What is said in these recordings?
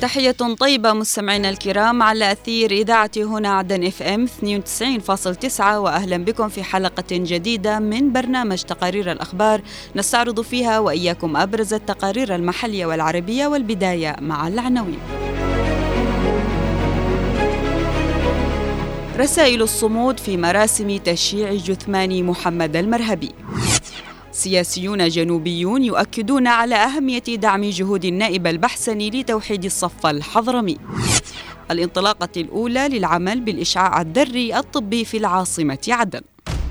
تحية طيبة مستمعينا الكرام على أثير إذاعة هنا عدن FM 92.9، وأهلا بكم في حلقة جديدة من برنامج تقارير الأخبار نستعرض فيها وإياكم أبرز التقارير المحلية والعربية، والبداية مع العناوين. رسائل الصمود في مراسم تشييع جثمان محمد المرهبي. سياسيون جنوبيون يؤكدون على أهمية دعم جهود النائب البحسني لتوحيد الصف الحضرمي. الانطلاقة الأولى للعمل بالإشعاع الذري الطبي في العاصمة عدن.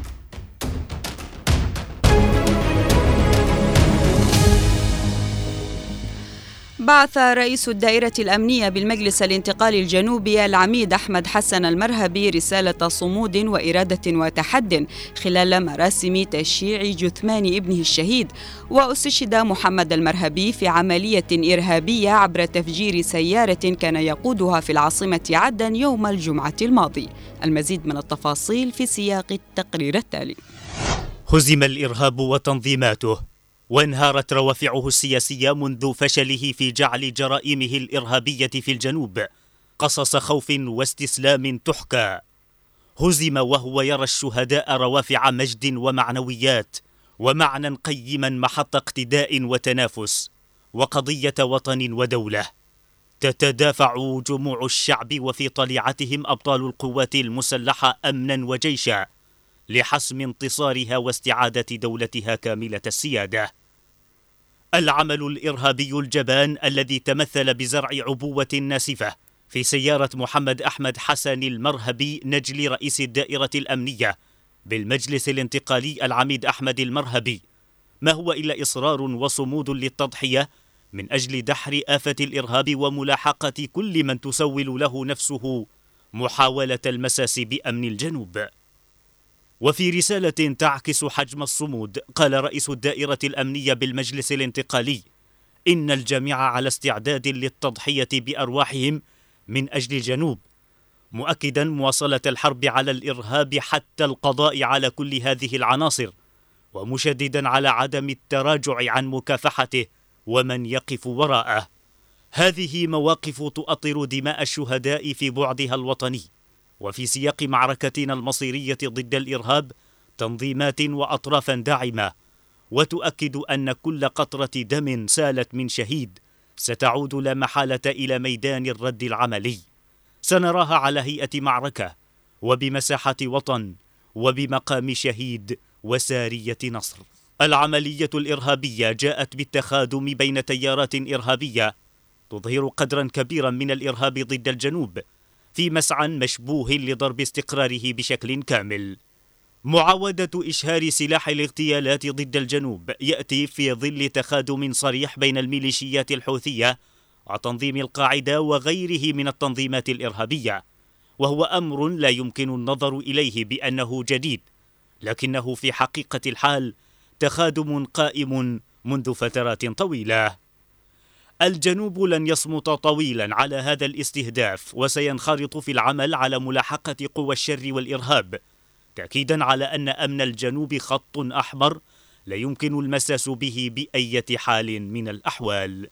بعث رئيس الدائرة الأمنية بالمجلس الانتقالي الجنوبي العميد أحمد حسن المرهبي رسالة صمود وإرادة وتحد خلال مراسم تشييع جثمان ابنه الشهيد. واستشهد محمد المرهبي في عملية إرهابية عبر تفجير سيارة كان يقودها في العاصمة عدن يوم الجمعة الماضي. المزيد من التفاصيل في سياق التقرير التالي. هزم الإرهاب وتنظيماته، وانهارت روافعه السياسية منذ فشله في جعل جرائمه الإرهابية في الجنوب قصص خوف واستسلام تحكى. هزم وهو يرى الشهداء روافع مجد ومعنويات ومعنى قيما محط اقتداء وتنافس وقضية وطن ودولة. تتدافع جموع الشعب وفي طليعتهم أبطال القوات المسلحة أمنا وجيشا لحسم انتصارها واستعادة دولتها كاملة السيادة. العمل الإرهابي الجبان الذي تمثل بزرع عبوة ناسفة في سيارة محمد أحمد حسن المرهبي نجل رئيس الدائرة الأمنية بالمجلس الانتقالي العميد أحمد المرهبي ما هو إلا إصرار وصمود للتضحية من أجل دحر آفة الإرهاب وملاحقة كل من تسول له نفسه محاولة المساس بأمن الجنوب. وفي رسالة تعكس حجم الصمود قال رئيس الدائرة الأمنية بالمجلس الانتقالي إن الجميع على استعداد للتضحية بأرواحهم من أجل الجنوب، مؤكدا مواصلة الحرب على الإرهاب حتى القضاء على كل هذه العناصر، ومشددا على عدم التراجع عن مكافحته ومن يقف وراءه. هذه مواقف تؤطر دماء الشهداء في بعدها الوطني، وفي سياق معركتنا المصيرية ضد الإرهاب تنظيمات وأطرافا داعمة، وتؤكد أن كل قطرة دم سالت من شهيد ستعود لا محالة إلى ميدان الرد العملي. سنراها على هيئة معركة وبمساحة وطن وبمقام شهيد وسارية نصر. العملية الإرهابية جاءت بالتخادم بين تيارات إرهابية تظهر قدرا كبيرا من الإرهاب ضد الجنوب في مسعى مشبوه لضرب استقراره بشكل كامل. معاودة إشهار سلاح الاغتيالات ضد الجنوب يأتي في ظل تخادم صريح بين الميليشيات الحوثية وتنظيم القاعدة وغيره من التنظيمات الإرهابية، وهو أمر لا يمكن النظر إليه بأنه جديد، لكنه في حقيقة الحال تخادم قائم منذ فترات طويلة. الجنوب لن يصمت طويلا على هذا الاستهداف، وسينخرط في العمل على ملاحقة قوى الشر والإرهاب، تأكيدا على أن أمن الجنوب خط أحمر لا يمكن المساس به بأية حال من الأحوال.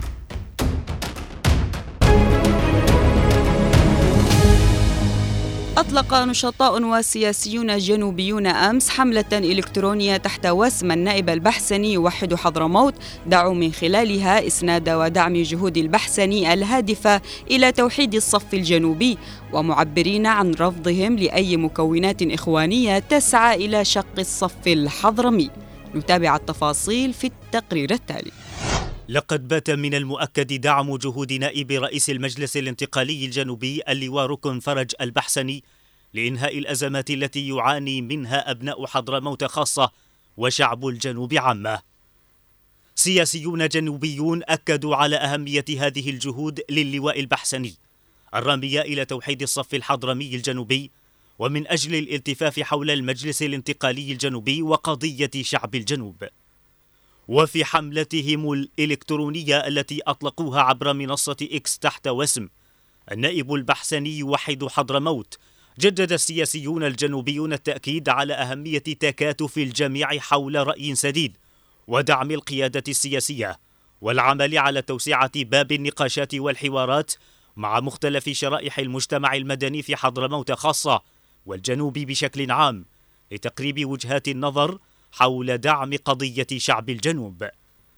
أطلق نشطاء وسياسيون جنوبيون أمس حملة إلكترونية تحت وسم النائب البحسني يوحد حضرموت، دعوا من خلالها إسناد ودعم جهود البحسني الهادفة إلى توحيد الصف الجنوبي، ومعبرين عن رفضهم لأي مكونات إخوانية تسعى إلى شق الصف الحضرمي. نتابع التفاصيل في التقرير التالي. لقد بات من المؤكد دعم جهود نائب رئيس المجلس الانتقالي الجنوبي اللواء ركن فرج البحسني لإنهاء الأزمات التي يعاني منها أبناء حضرموت خاصة وشعب الجنوب عامة. سياسيون جنوبيون أكدوا على أهمية هذه الجهود للواء البحسني الرامية إلى توحيد الصف الحضرمي الجنوبي، ومن أجل الالتفاف حول المجلس الانتقالي الجنوبي وقضية شعب الجنوب. وفي حملتهم الإلكترونية التي أطلقوها عبر منصة إكس تحت وسم النائب البحسني يوحد حضرموت، جدد السياسيون الجنوبيون التأكيد على أهمية تكاتف الجميع حول رأي سديد ودعم القيادة السياسية والعمل على توسعة باب النقاشات والحوارات مع مختلف شرائح المجتمع المدني في حضرموت خاصة والجنوب بشكل عام لتقريب وجهات النظر حول دعم قضية شعب الجنوب،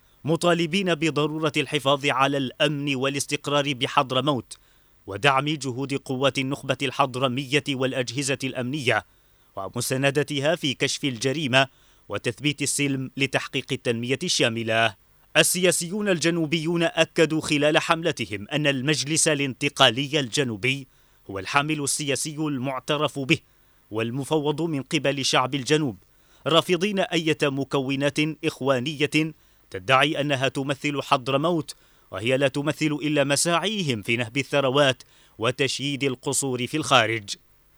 مطالبين بضرورة الحفاظ على الأمن والاستقرار بحضرموت ودعم جهود قوات النخبة الحضرمية والأجهزة الأمنية ومساندتها في كشف الجريمة وتثبيت السلم لتحقيق التنمية الشاملة. السياسيون الجنوبيون أكدوا خلال حملتهم أن المجلس الانتقالي الجنوبي هو الحامل السياسي المعترف به والمفوض من قبل شعب الجنوب، رافضين أية مكونات إخوانية تدعي أنها تمثل حضرموت وهي لا تمثل إلا مساعيهم في نهب الثروات وتشييد القصور في الخارج،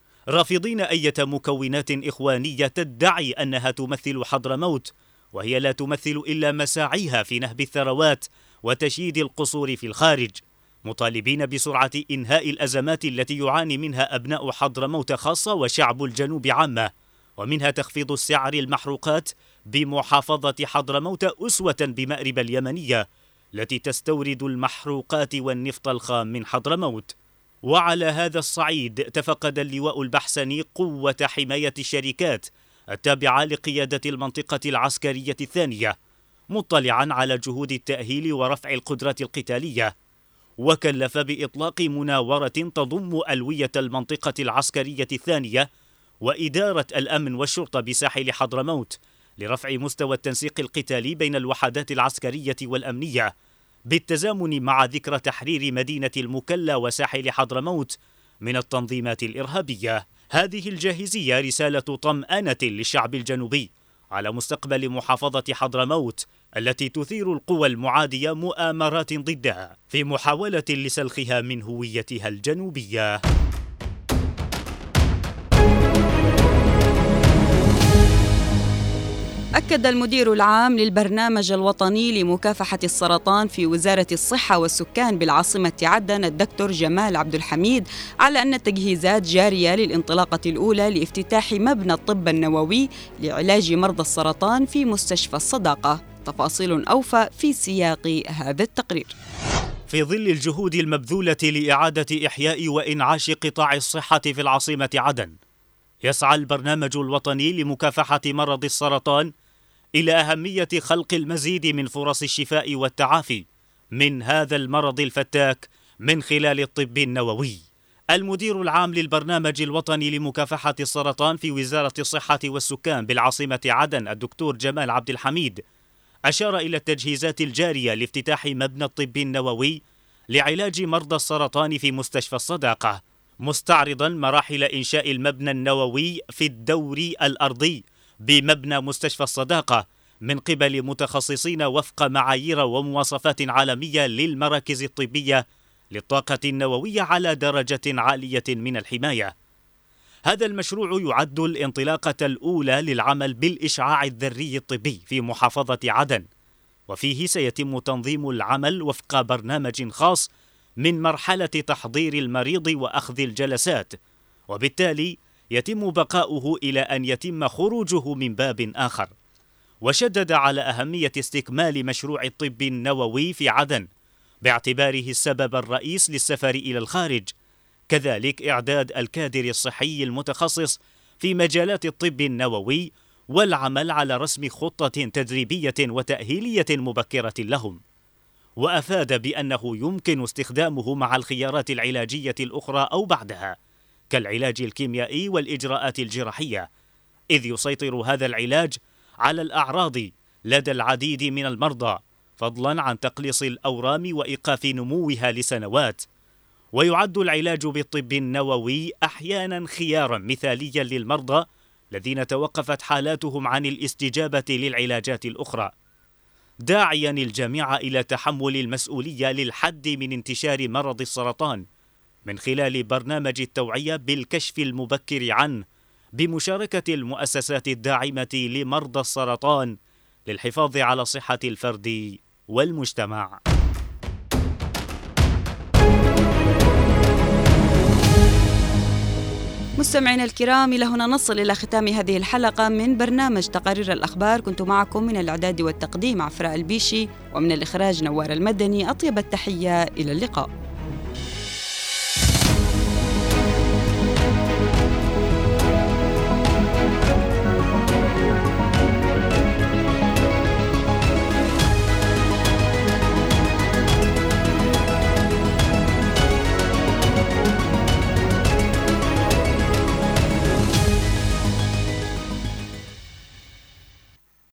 رافضين أية مكونات إخوانية تدعي أنها تمثل حضرموت وهي لا تمثل إلا مساعيها في نهب الثروات وتشييد القصور في الخارج، مطالبين بسرعة إنهاء الأزمات التي يعاني منها أبناء حضرموت خاصة وشعب الجنوب عامة، ومنها تخفيض سعر المحروقات بمحافظة حضرموت أسوة بمأرب اليمنية التي تستورد المحروقات والنفط الخام من حضرموت. وعلى هذا الصعيد تفقد اللواء البحسني قوة حماية الشركات التابعة لقيادة المنطقة العسكرية الثانية، مطلعا على جهود التأهيل ورفع القدرات القتالية، وكلف بإطلاق مناورة تضم ألوية المنطقة العسكرية الثانية وإدارة الأمن والشرطة بساحل حضرموت لرفع مستوى التنسيق القتالي بين الوحدات العسكرية والأمنية بالتزامن مع ذكرى تحرير مدينة المكلا وساحل حضرموت من التنظيمات الإرهابية. هذه الجاهزية رسالة طمأنة للشعب الجنوبي على مستقبل محافظة حضرموت التي تثير القوى المعادية مؤامرات ضدها في محاولة لسلخها من هويتها الجنوبية. أكد المدير العام للبرنامج الوطني لمكافحة السرطان في وزارة الصحة والسكان بالعاصمة عدن الدكتور جمال عبد الحميد على أن التجهيزات جارية للانطلاقة الأولى لافتتاح مبنى الطب النووي لعلاج مرضى السرطان في مستشفى الصداقة. تفاصيل أوفى في سياق هذا التقرير. في ظل الجهود المبذولة لإعادة إحياء وإنعاش قطاع الصحة في العاصمة عدن، يسعى البرنامج الوطني لمكافحة مرض السرطان إلى أهمية خلق المزيد من فرص الشفاء والتعافي من هذا المرض الفتاك من خلال الطب النووي. المدير العام للبرنامج الوطني لمكافحة السرطان في وزارة الصحة والسكان بالعاصمة عدن الدكتور جمال عبد الحميد أشار إلى التجهيزات الجارية لافتتاح مبنى الطب النووي لعلاج مرضى السرطان في مستشفى الصداقة، مستعرضا مراحل إنشاء المبنى النووي في الدور الأرضي بمبنى مستشفى الصداقة من قبل متخصصين وفق معايير ومواصفات عالمية للمراكز الطبية للطاقة النووية على درجة عالية من الحماية. هذا المشروع يعد الانطلاقة الأولى للعمل بالإشعاع الذري الطبي في محافظة عدن، وفيه سيتم تنظيم العمل وفق برنامج خاص من مرحلة تحضير المريض وأخذ الجلسات، وبالتالي يتم بقاؤه إلى أن يتم خروجه من باب آخر. وشدد على أهمية استكمال مشروع الطب النووي في عدن باعتباره السبب الرئيس للسفر إلى الخارج، كذلك إعداد الكادر الصحي المتخصص في مجالات الطب النووي والعمل على رسم خطة تدريبية وتأهيلية مبكرة لهم. وأفاد بأنه يمكن استخدامه مع الخيارات العلاجية الأخرى أو بعدها كالعلاج الكيميائي والإجراءات الجراحية، إذ يسيطر هذا العلاج على الأعراض لدى العديد من المرضى فضلا عن تقليص الأورام وإيقاف نموها لسنوات. ويعد العلاج بالطب النووي أحيانا خيارا مثاليا للمرضى الذين توقفت حالاتهم عن الاستجابة للعلاجات الأخرى، داعيا الجميع إلى تحمل المسؤولية للحد من انتشار مرض السرطان من خلال برنامج التوعية بالكشف المبكر عنه بمشاركة المؤسسات الداعمة لمرضى السرطان للحفاظ على صحة الفرد والمجتمع. مستمعينا الكرام، إلى هنا نصل إلى ختام هذه الحلقة من برنامج تقارير الأخبار. كنت معكم من الإعداد والتقديم عفراء البيشي، ومن الإخراج نوار المدني. أطيب التحية، إلى اللقاء.